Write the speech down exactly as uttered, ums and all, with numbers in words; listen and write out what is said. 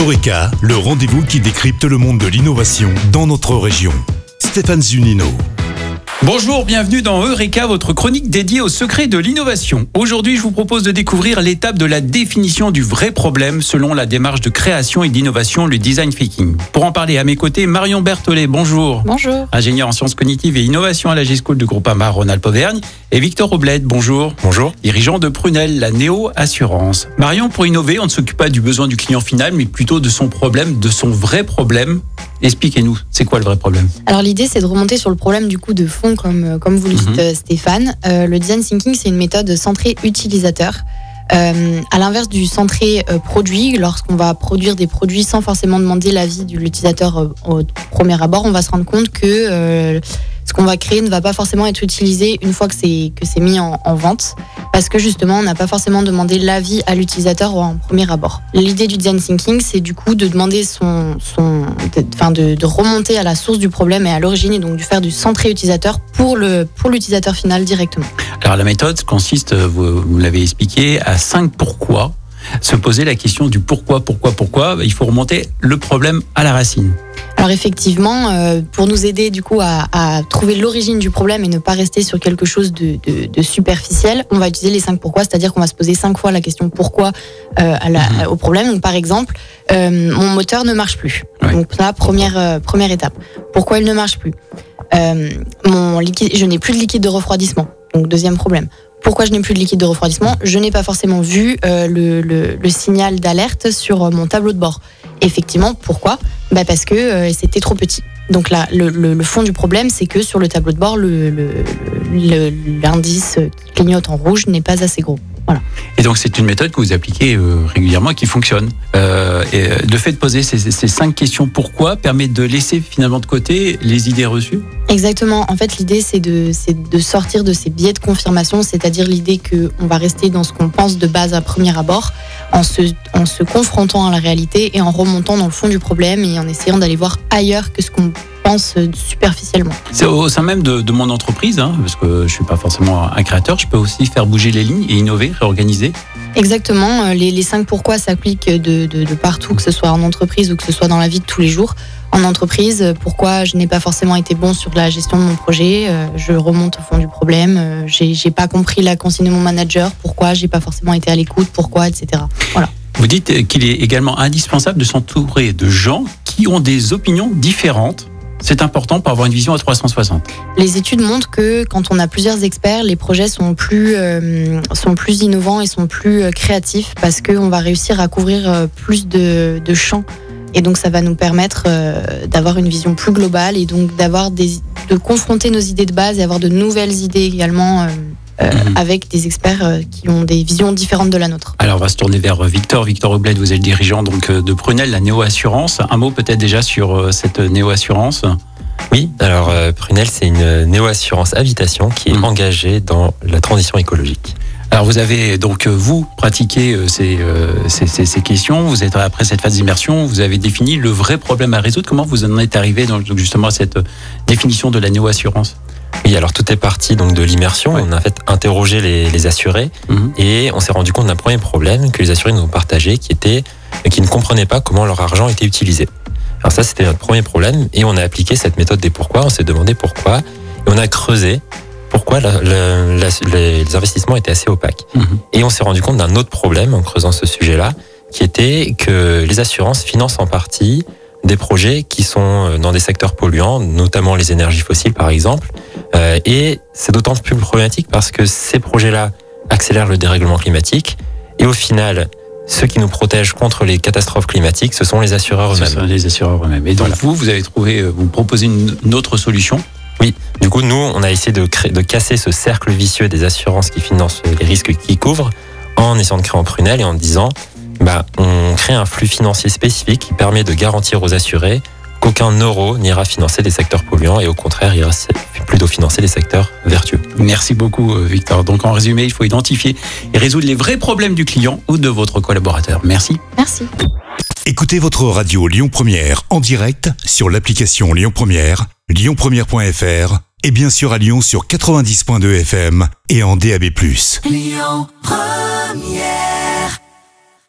Eureka, le rendez-vous qui décrypte le monde de l'innovation dans notre région. Stéphane Zunino. Bonjour, bienvenue dans Eureka, votre chronique dédiée aux secrets de l'innovation. Aujourd'hui, je vous propose de découvrir l'étape de la définition du vrai problème selon la démarche de création et d'innovation, le design thinking. Pour en parler à mes côtés, Marion Berthollet, bonjour. Bonjour. Ingénieur en sciences cognitives et innovation à la G-School du Groupama Rhône-Alpes-Auvergne. Et Victor Aubled, bonjour. Bonjour. Dirigeant de Prunel, la Néo Assurance. Marion, pour innover, on ne s'occupe pas du besoin du client final, mais plutôt de son problème, de son vrai problème. Expliquez-nous, c'est quoi le vrai problème ? Alors l'idée, c'est de remonter sur le problème du coup de fond, comme, comme vous le dites, mm-hmm. Stéphane. Euh, le design thinking, c'est une méthode centrée utilisateur. Euh, à l'inverse du centré euh, produit, lorsqu'on va produire des produits sans forcément demander l'avis de l'utilisateur euh, au premier abord, on va se rendre compte que euh, ce qu'on va créer ne va pas forcément être utilisé une fois que c'est, que c'est mis en, en vente, parce que justement, on n'a pas forcément demandé l'avis à l'utilisateur en premier abord. L'idée du design thinking, c'est du coup de demander son, son, de, enfin de, de remonter à la source du problème et à l'origine, et donc de faire du centré utilisateur pour le pour l'utilisateur final directement. Alors la méthode consiste, vous, vous l'avez expliqué, à cinq pourquoi. Se poser la question du pourquoi, pourquoi, pourquoi. Il faut remonter le problème à la racine. Alors effectivement, euh, pour nous aider du coup à, à trouver l'origine du problème et ne pas rester sur quelque chose de, de, de superficiel, on va utiliser les cinq pourquoi, c'est-à-dire qu'on va se poser cinq fois la question pourquoi euh, à la, mmh. au problème. Donc par exemple, euh, mon moteur ne marche plus. Ouais. Donc là, première euh, première étape. Pourquoi il ne marche plus ? euh, Mon liquide, je n'ai plus de liquide de refroidissement. Donc deuxième problème. Pourquoi je n'ai plus de liquide de refroidissement ? Je n'ai pas forcément vu euh, le, le, le signal d'alerte sur mon tableau de bord. Effectivement, pourquoi ? Bah parce que euh, c'était trop petit. Donc là, le, le, le fond du problème, c'est que sur le tableau de bord, le, le, le, l'indice qui clignote en rouge n'est pas assez gros. Voilà. Et donc c'est une méthode que vous appliquez euh, régulièrement et qui fonctionne. Euh, et le fait de poser ces, ces cinq questions pourquoi permet de laisser finalement de côté les idées reçues ? Exactement. En fait, l'idée c'est de, c'est de sortir de ces biais de confirmation, c'est-à-dire l'idée qu'on va rester dans ce qu'on pense de base à premier abord, en se, en se confrontant à la réalité et en remontant dans le fond du problème et en essayant d'aller voir ailleurs que ce qu'on pense superficiellement. C'est au sein même de, de mon entreprise, hein, parce que je ne suis pas forcément un créateur, je peux aussi faire bouger les lignes et innover, réorganiser. Exactement, les, les cinq pourquoi s'appliquent de, de, de partout, que ce soit en entreprise ou que ce soit dans la vie de tous les jours. En entreprise, pourquoi je n'ai pas forcément été bon sur la gestion de mon projet, euh, je remonte au fond du problème, euh, j'ai, j'ai pas compris la consigne de mon manager, pourquoi j'ai pas forcément été à l'écoute, pourquoi, et cetera. Voilà. Vous dites qu'il est également indispensable de s'entourer de gens qui ont des opinions différentes. C'est important pour avoir une vision à trois cent soixante. Les études montrent que quand on a plusieurs experts, les projets sont plus, euh, sont plus innovants et sont plus euh, créatifs parce qu'on va réussir à couvrir euh, plus de, de champs. Et donc ça va nous permettre euh, d'avoir une vision plus globale et donc d'avoir des, de confronter nos idées de base et avoir de nouvelles idées également euh, euh, mmh. avec des experts euh, qui ont des visions différentes de la nôtre. Alors on va se tourner vers Victor. Victor Aubled, vous êtes le dirigeant donc, de Prunel, la Néo Assurance. Un mot peut-être déjà sur cette Néo Assurance ? Oui, alors euh, Prunel, c'est une Néo Assurance Habitation qui est mmh. engagée dans la transition écologique. Alors vous avez donc vous pratiqué ces, ces, ces, ces questions, vous êtes après cette phase d'immersion, vous avez défini le vrai problème à résoudre. Comment vous en êtes arrivé donc justement à cette définition de la Néo Assurance ? Oui, alors tout est parti donc de l'immersion. Ouais. On a en fait interrogé les, les assurés mmh. et on s'est rendu compte d'un premier problème que les assurés nous ont partagé, qui était qu'ils ne comprenaient pas comment leur argent était utilisé. Alors ça, c'était notre premier problème et on a appliqué cette méthode des pourquoi. On s'est demandé pourquoi et on a creusé pourquoi la, la, la, les investissements étaient assez opaques. Mmh. Et on s'est rendu compte d'un autre problème en creusant ce sujet-là, qui était que les assurances financent en partie des projets qui sont dans des secteurs polluants, notamment les énergies fossiles par exemple. Euh, et c'est d'autant plus problématique parce que ces projets-là accélèrent le dérèglement climatique et au final, ceux qui nous protègent contre les catastrophes climatiques, ce sont les assureurs eux-mêmes. Ce sont les assureurs eux-mêmes. Et donc voilà. vous, vous avez trouvé, vous proposez une, une autre solution ? Oui, du coup, nous, on a essayé de, créer, de casser ce cercle vicieux des assurances qui financent les risques qu'ils couvrent en essayant de créer en Prunel et en disant, bah, on crée un flux financier spécifique qui permet de garantir aux assurés qu'aucun euro n'ira financer des secteurs polluants et au contraire, ira plutôt financer des secteurs vertueux. Merci beaucoup, Victor. Donc, en résumé, il faut identifier et résoudre les vrais problèmes du client ou de votre collaborateur. Merci. Merci. Écoutez votre radio Lyon Première en direct sur l'application Lyon Première, lyon première point f r et bien sûr à Lyon sur quatre-vingt-dix point deux F M et en D A B plus. Lyon Première.